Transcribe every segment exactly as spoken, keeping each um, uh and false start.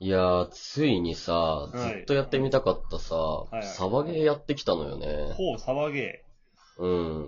いやー、ついにさ、ずはい。 っとやってみたかったさ、 はいはい。 サバゲーやってきたのよね。 ほう、騒げ。 うん。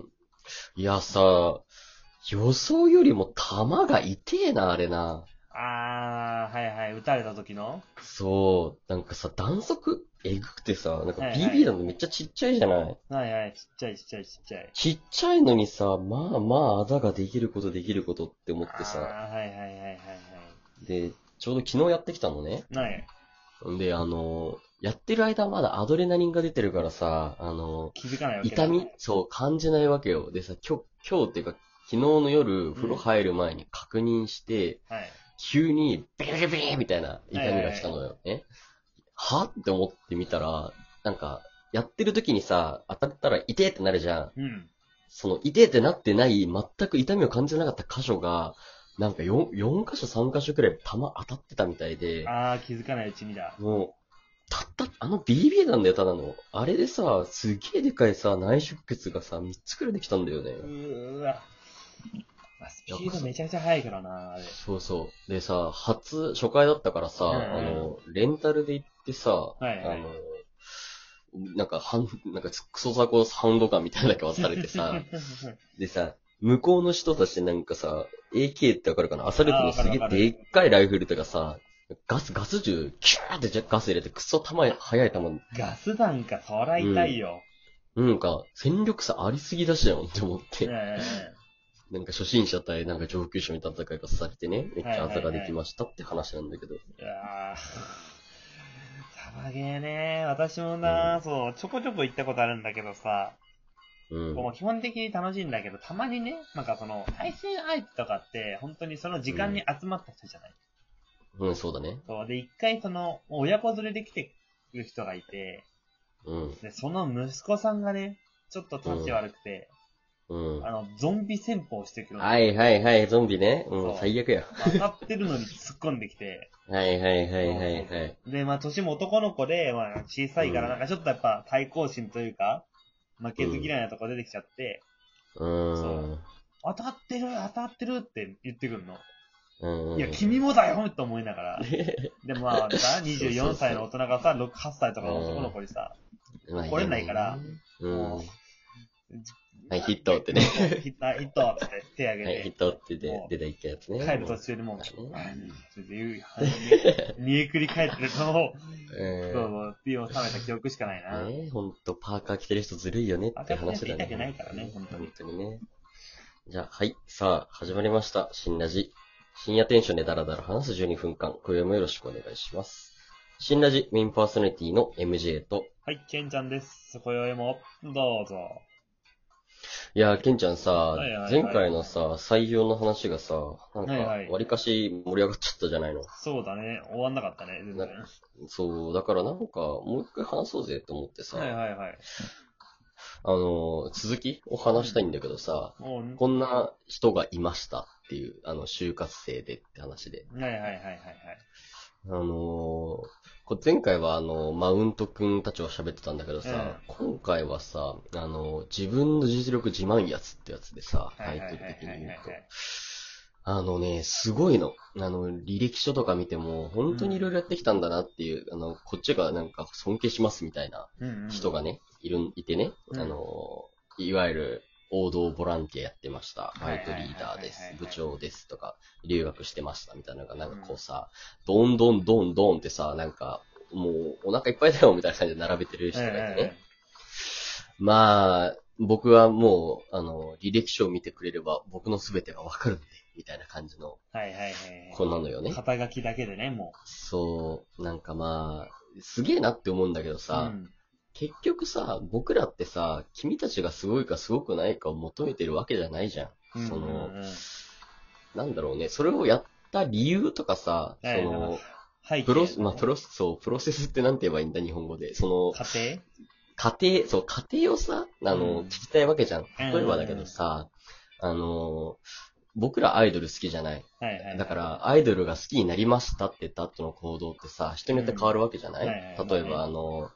いやさ、予想よりも弾が痛えな、あれな。 あー、はいはい。撃たれた時のそう、なんかさ、弾速えぐくてさ、なんかはいはビービーい。 弾ってめっちゃちっちゃいじゃない。 はいはい。ちっちゃいちっちゃいちっちゃい。 ちっちゃいのにさ、まあまあ、あざができることできることって思ってさ、 あー、はいはいはいはいはい。 で、ちょうど昨日やってきたのね。 ない。 んで、あの、やってる間はまだアドレナリンが出てるからさ、あの、 気づかないわけだ。 痛みそう、感じないわけよ。でさ、今日、今日っていうか、昨日の夜、 うん風呂入る前に確認して、 はい。 急に、ビリビリビリみたいな痛みが来たはいのよね。はって思ってみたら、なんか、やってる時にさ、当たったら痛えってなるじゃん。 うん。 その、痛えってなってない、全く痛みを感じなかった箇所が、なんか よん, よん箇所さん箇所くらい弾当たってたみたいで、 あー、気づかないうちにだ。 もう、たった、あの ビービー 弾だよ、ただの。あれでさ、すっげえでかいさ、内出血がさ、みっつくらいできたんだよね。 うーわ。まあスピードめちゃくちゃ速いからな、あれ。 そうそう。でさ、初、初回だったからさ、 うんうんあの、レンタルで行ってさ、 はいはいあの、なんか、ハン、なんか、クソザコハウンドガンみたいなのだけ渡されてさ、でさ、向こうの人たちなんかさ、エーケー ってわかるかなアサルトのすげえあーわかるわかるでっかいライフルとかさ、ガス、ガス銃、キューってガス入れてクソ弾、速い弾、 ガス弾か、そら痛いよ。 なんか、戦力差ありすぎだしよって思っうんて。 うんうんなんか初心者対なんか上級者みたいな戦い方されてね、めっちゃあざができましたって話なんだけど。 いやー、サバゲーね、私もな、そう、ちょこちょこ行ったことあるんだけどさ、 うん。 こう基本的に楽しいんだけど、たまにね、なんかその、対戦相手とかって、本当にその時間に集まった人じゃない。 うん、そうだね。 そう、で、一回その、親子連れで来てる人がいて、 うん。 で、その息子さんがね、ちょっと立ち悪くて、 うん。 あの、ゾンビ戦法してくるの。 はいはいはい、ゾンビね。うん、 そう最悪や。 当たってるのに突っ込んできて、 はいはいはいはいはい。 で、まあ、年も男の子で、まあ、小さいから、なんかちょっとやっぱ対抗心というか、負けず嫌いなとこ出てきちゃって、 うーそん。 う当たってる、当たってるって言ってくるの。 うん。 いや、君もだよと思いながら。でもまあ、さ、にじゅうよんさいの大人がさ、ろく、はっさいとかの男の子にさ、 まあ来れないから、 うん。 もうはい、ヒットってね。 ヒット、ヒットって手挙はい、ヒッげて、 トってでもう出ていったやつね。 帰る途中にもう、 ねそれで言う、煮えくり返ってるのを、 うん。 そうそう、ピーを冷めた記憶しかないな。 ねほんと、パーカー着てる人ずるいよねって話だね。 パーカー着てる人痛くないからね本当に本当にね。じゃあ、はい。さあ、始まりました。新ラジ。深夜テンションでダラダラ話すじゅうにふんかん。今夜もよろしくお願いします。新ラジメインパーソナリティの エムジェー と、 はい、ケンちゃんです。今宵も、どうぞ。 いやー、ケンちゃんさ、 いはいはい前回のさ、採用の話がさ、なんか、 はいはいわりかし盛り上がっちゃったじゃないの。 そうだね。終わんなかったね、全然。 そう、だからなんか、もう一回話そうぜと思ってさ、 はいはいはい。 あのー、続きを話したいんだけどさ、 もう、 こんな人がいましたっていう、あの、就活生でって話で。 はいはいはいはいはい。 あのー、こ前回はあの、マウントくんたちを喋ってたんだけどさ、今回はさ、あの、自分の実力自慢やつってやつでさ、タイトル的に言うと。あのね、すごいの。あの、履歴書とか見ても、本当にいろいろやってきたんだなっていう、あの、こっちがなんか尊敬しますみたいな人がね、いる、いてね、 うんあの、いわゆる王道ボランティアやってました。バはいイトリーダーですはいはいはいはい。 部長ですとか、留学してましたみたいなのがなんかこうさ、どんどんどんどんってさ、なんか、もうお腹いっぱいだよみたいな感じで並べてる人がいてね。まあ、僕はもう、あの、履歴書を見てくれれば僕の全てがわかるんで、みたいな感じのはいはいはい。 子なのよね。 肩書きだけでね、もそう、なんかまあ、すげえなって思うんだけどう。 さ、 うん結局さ、僕らってさ、君たちがすごいかすごくないかを求めてるわけじゃないじゃん。その、 うんうんうんなんだろうね、それをやった理由とかさ、 はいその、 背景プロ、まあ、プロ、そう、プロセスってなんて言えばいいんだ、日本語で。その、 家家庭、そう、家庭をさ、あの、 うん聞きたいわけじゃん。 うん例えばだけどさ、あの、僕らアイドル好きじゃない。 庭はいはいはい。 だから、アイドルが好きになりましたって言った後の行動ってさ、人によって変わるわけじゃない、 うんはいはい例えば、あの、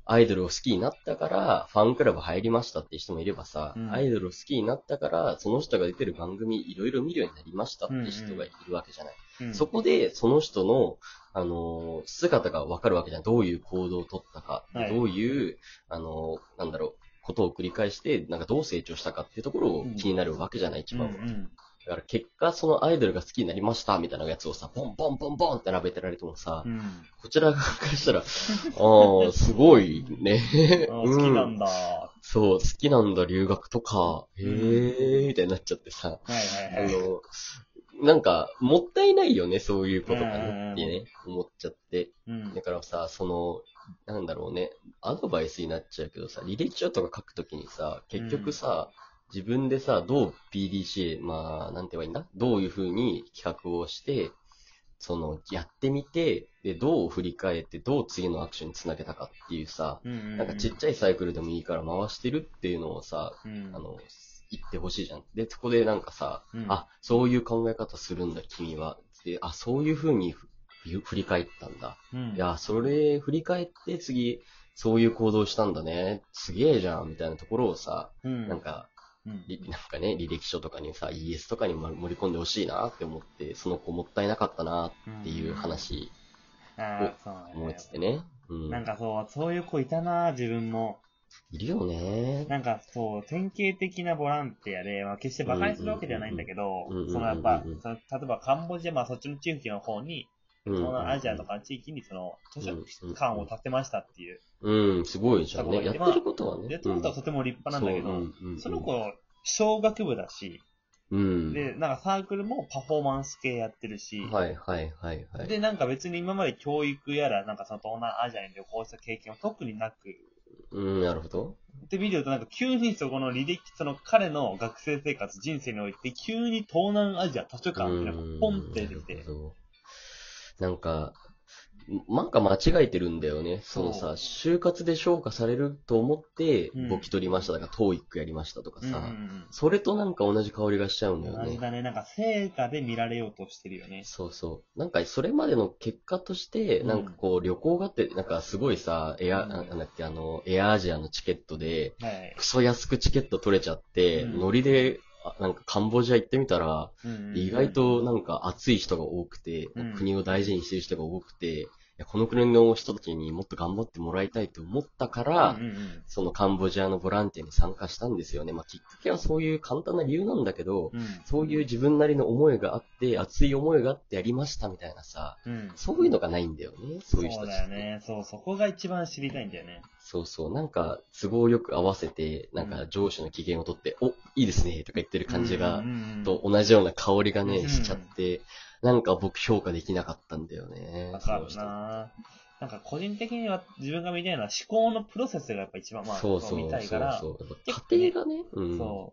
アイドルを好きになったから、ファンクラブ入りましたっていう人もいればさ、 うん、 アイドルを好きになったから、その人が出てる番組いろいろ見るようになりましたっていう人がいるわけじゃない。 うんうん、 そこで、その人の、あのー、姿がわかるわけじゃん。どういう行動を取ったか、はい、どういう、あのー、なんだろう、ことを繰り返して、なんかどう成長したかっていうところを気になるわけじゃない、一番は。うんうん、だから結果、そのアイドルが好きになりましたみたいなやつをさ、ポンポンポンポンって並べてられてもさ、うん、こちら側からしたら、ああ、すごいね。 好きなんだ、 うん。そう、好きなんだ、留学とか、へー、みたいになっちゃってさ、はいはいはい、あの、なんか、もったいないよね、そういうことがね、ってね、思っちゃって。うん、だからさ、その、なんだろうね、アドバイスになっちゃうけどさ、履歴書とか書くときにさ、結局さ、うん自分でさ、どう ピーディーシーエー、まあ、なんて言えばいいんだどういう風に企画をして、その、やってみて、で、どう振り返って、どう次のアクションにつなげたかっていうさ、うんうんうん、なんかちっちゃいサイクルでもいいから回してるっていうのをさ、うん、あの、言ってほしいじゃん。で、そこでなんかさ、うん、あ、そういう考え方するんだ、君は。で、あ、そういう風に振り返ったんだ。うん、いや、それ振り返って次、そういう行動したんだね。すげえじゃん、みたいなところをさ、うん、なんか、うん、なんかね、履歴書とかにさ、イーエス とかに盛り込んでほしいなって思って、その子もったいなかったなっていう話を思いつってね。 うん、なんかそう、そういう子いたな、自分も。 いるよね。 なんかそう、典型的なボランティアで、まあ、決して馬鹿にするわけではないんだけど、そのやっぱ、その例えばカンボジア、まあそっちの地域の方に、東南アジアとかの地域にその図書館を建てましたっていう。 うん、すごいじゃんね。やってることはね。 やってることはとても立派なんだけど、その子、小学部だし、うん、で、なんかサークルもパフォーマンス系やってるし、 はいはいはいはい。 で、なんか別に今まで教育やら、なんかその東南アジアに旅行した経験は特になく、 うん、なるほど。 で、見るとなんか急にそこの履歴、その彼の学生生活、人生において、急に東南アジア図書館っていうのがポンって出てきて。 なんか、なんか間違えてるんだよね。そのさ、就活で評価されると思って、簿記取りましたとか、トーイックやりましたとかさ、うんうんうん、それとなんか同じ香りがしちゃうんだよね。 同じだね。なんか成果で見られようとしてるよね。 そうそう。なんかそれまでの結果として、なんかこう旅行があって、なんかすごいさ、エア、うん、なんだっけ、あの、エアアジアのチケットで、はい、クソ安くチケット取れちゃって、うん、ノリで、なんかカンボジア行ってみたら、うんうんうん、意外となんか熱い人が多くて、うん、国を大事にしてる人が多くて、いやこの国の人たちにもっと頑張ってもらいたいと思ったから、うんうんうん、そのカンボジアのボランティアに参加したんですよね。まあきっかけはそういう簡単な理由なんだけど、うん、そういう自分なりの思いがあって、熱い思いがあってやりましたみたいなさ、うん、そういうのがないんだよね、そういう人たち。 そうだよね。そう、そこが一番知りたいんだよね。 そうそう。なんか、都合よく合わせて、なんか上司の機嫌を取って、うん、お、いいですね、とか言ってる感じが、うんうんうん、と同じような香りがね、うん、しちゃって、なんか僕評価できなかったんだよね。 わかるなぁ。なんか個人的には自分が見たいのは思考のプロセスがやっぱ一番まあ、そうそう見たいから、 そうそう過程がね、 うん、そう。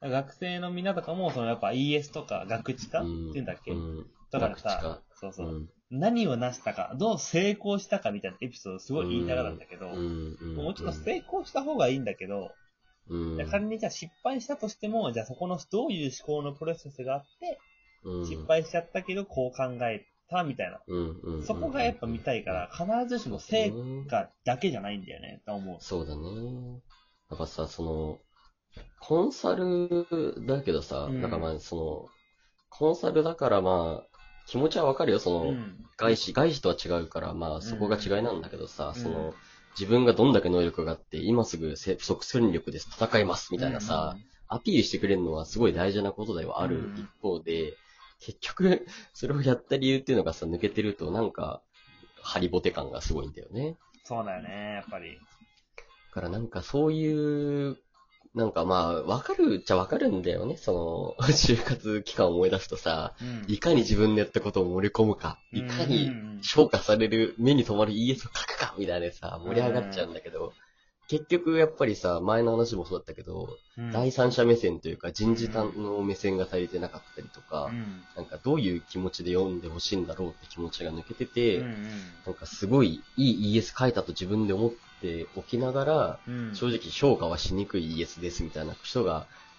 学生のみんなとかも、そのやっぱ イーエス とか学知化、うん、っていうんだっけ、うん、だからさ、そうそう、うん、何を成したか、どう成功したかみたいなエピソードすごい言いたがるんだけど、うんうん、もうちょっと成功した方がいいんだけど、うん、仮にじゃあ失敗したとしても、じゃあそこのどういう思考のプロセスがあって、うん、失敗しちゃったけどこう考えたみたいな、うんうんうん、そこがやっぱ見たいから、必ずしも成果だけじゃないんだよね、と思う。 そうだね。なんかさ、その、コンサルだけどさ、うん、なんかまあその、コンサルだからまあ、気持ちはわかるよ、その、うん、外資、外資とは違うから、まあそこが違いなんだけどさ、うん、その、自分がどんだけ能力があって、今すぐ即戦力で戦いますみたいなさ、うん、アピールしてくれるのはすごい大事なことではある一方で、結局、それをやった理由っていうのがさ、抜けてると、なんか、ハリボテ感がすごいんだよね。 そうだよね、やっぱり。だからなんかそういう、なんかまあ、わかるっちゃわかるんだよね。その、就活期間を思い出すとさ、うん、いかに自分でやったことを盛り込むか、いかに評価される、目に留まる イーエス を書くか、みたいなさ、盛り上がっちゃうんだけど、結局やっぱりさ、前の話もそうだったけど、うん、第三者目線というか人事担の目線が足りてなかったりとか、うん、なんかどういう気持ちで読んでほしいんだろうって気持ちが抜けてて、うんうん、なんかすごいいい イーエス 書いたと自分で思っておきながら、うん、正直評価はしにくい イーエス ですみたいな人が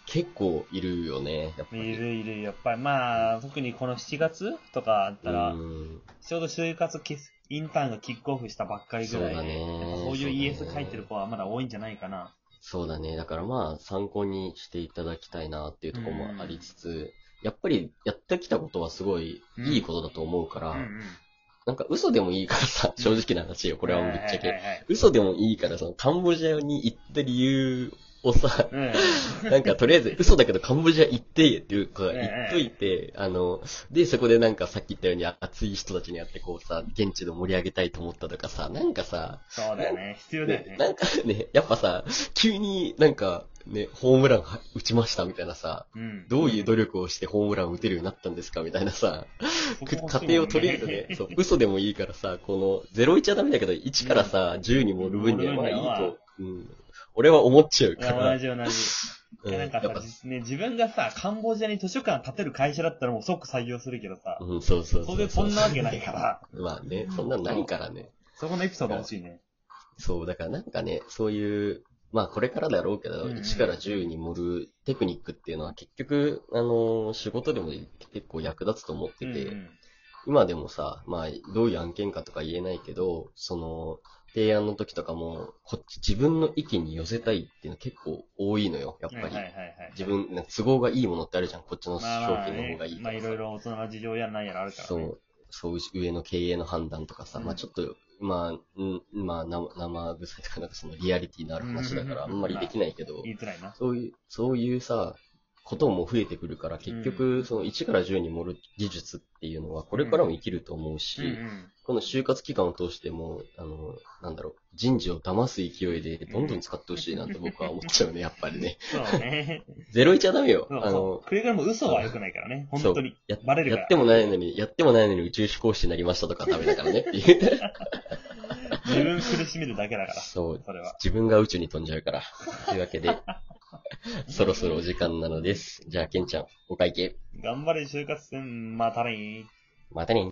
結構いるよね、やっぱり。 いるいる、やっぱり。まあ、特にこのしちがつとかあったら、ちょうど就活インターンがキックオフしたばっかりぐらいで、そうだね、そういう イーエス 書いてる子はまだ多いんじゃないかな。 そうだね。だからまあ、参考にしていただきたいなっていうところもありつつ、やっぱりやってきたことはすごいいいことだと思うから、うんうんうん、なんか嘘でもいいからさ、正直な話よ、これはぶっちゃけ。嘘でもいいから、そのカンボジアに行った理由をさ、うん、なんかとりあえず嘘だけどカンボジア行ってっていうか言っといて、あの、で、そこでなんかさっき言ったように熱い人たちに会ってこうさ、現地で盛り上げたいと思ったとかさ、なんかさ、 そうだよね、必要だよね。 なんかね、やっぱさ、急になんかね、ホームラン打ちましたみたいなさ、うん、どういう努力をしてホームラン打てるようになったんですかみたいなさ、過程をとりあえずね、そう、嘘でもいいからさ、このゼロいちはダメだけど、いちからさ、うん、じゅうに盛る分にはまあいいと、うん、俺は思っちゃうから。 同じ同じ。うん、なんかさ、ね、自分がさ、カンボジアに図書館建てる会社だったらもう即採用するけどさ、 うん、そうそうそう。 それそんなわけないから。 まあね、そんなのないからね。 そこのエピソード欲しいね。 そう、だからなんかね、そういう、まあこれからだろうけど、うんうん、いちからじゅうに盛るテクニックっていうのは結局、あのー、仕事でも結構役立つと思ってて、うんうん、今でもさ、まあどういう案件かとか言えないけど、その、提案の時とかも、こっち自分の意見に寄せたいっていうの結構多いのよ、やっぱり。はいはいはいはい、自分、都合がいいものってあるじゃん、こっちの商品の方がいいとか。 まあいろいろ大人の事情やなんやらあるから、ね。 そう、そう上の経営の判断とかさ、うん、まあちょっと、まあ、んまあ生、生臭いとかなんかそのリアリティのある話だからあんまりできないけど、 言いづらいな。 そういう、そういうさ、ことも増えてくるから、結局、そのいちからじゅうに盛る技術っていうのはこれからも生きると思うし、うんうん、この就活期間を通しても、あの、なんだろう、人事を騙す勢いでどんどん使ってほしいなって僕は思っちゃうね、やっぱりね。 そうね。 ゼロイチはダメよ。 そうそうあの、くれぐれも嘘は良くないからね、本当に。 やバレるから。 やってもないのに、やってもないのに宇宙飛行士になりましたとかダメだからねっていう。 自分苦しめるだけだから。 そう。それは。自分が宇宙に飛んじゃうから。というわけで、そろそろお時間なのです。じゃあ、ケンちゃん、お会計。 頑張れ、就活戦、またねー。 またねー。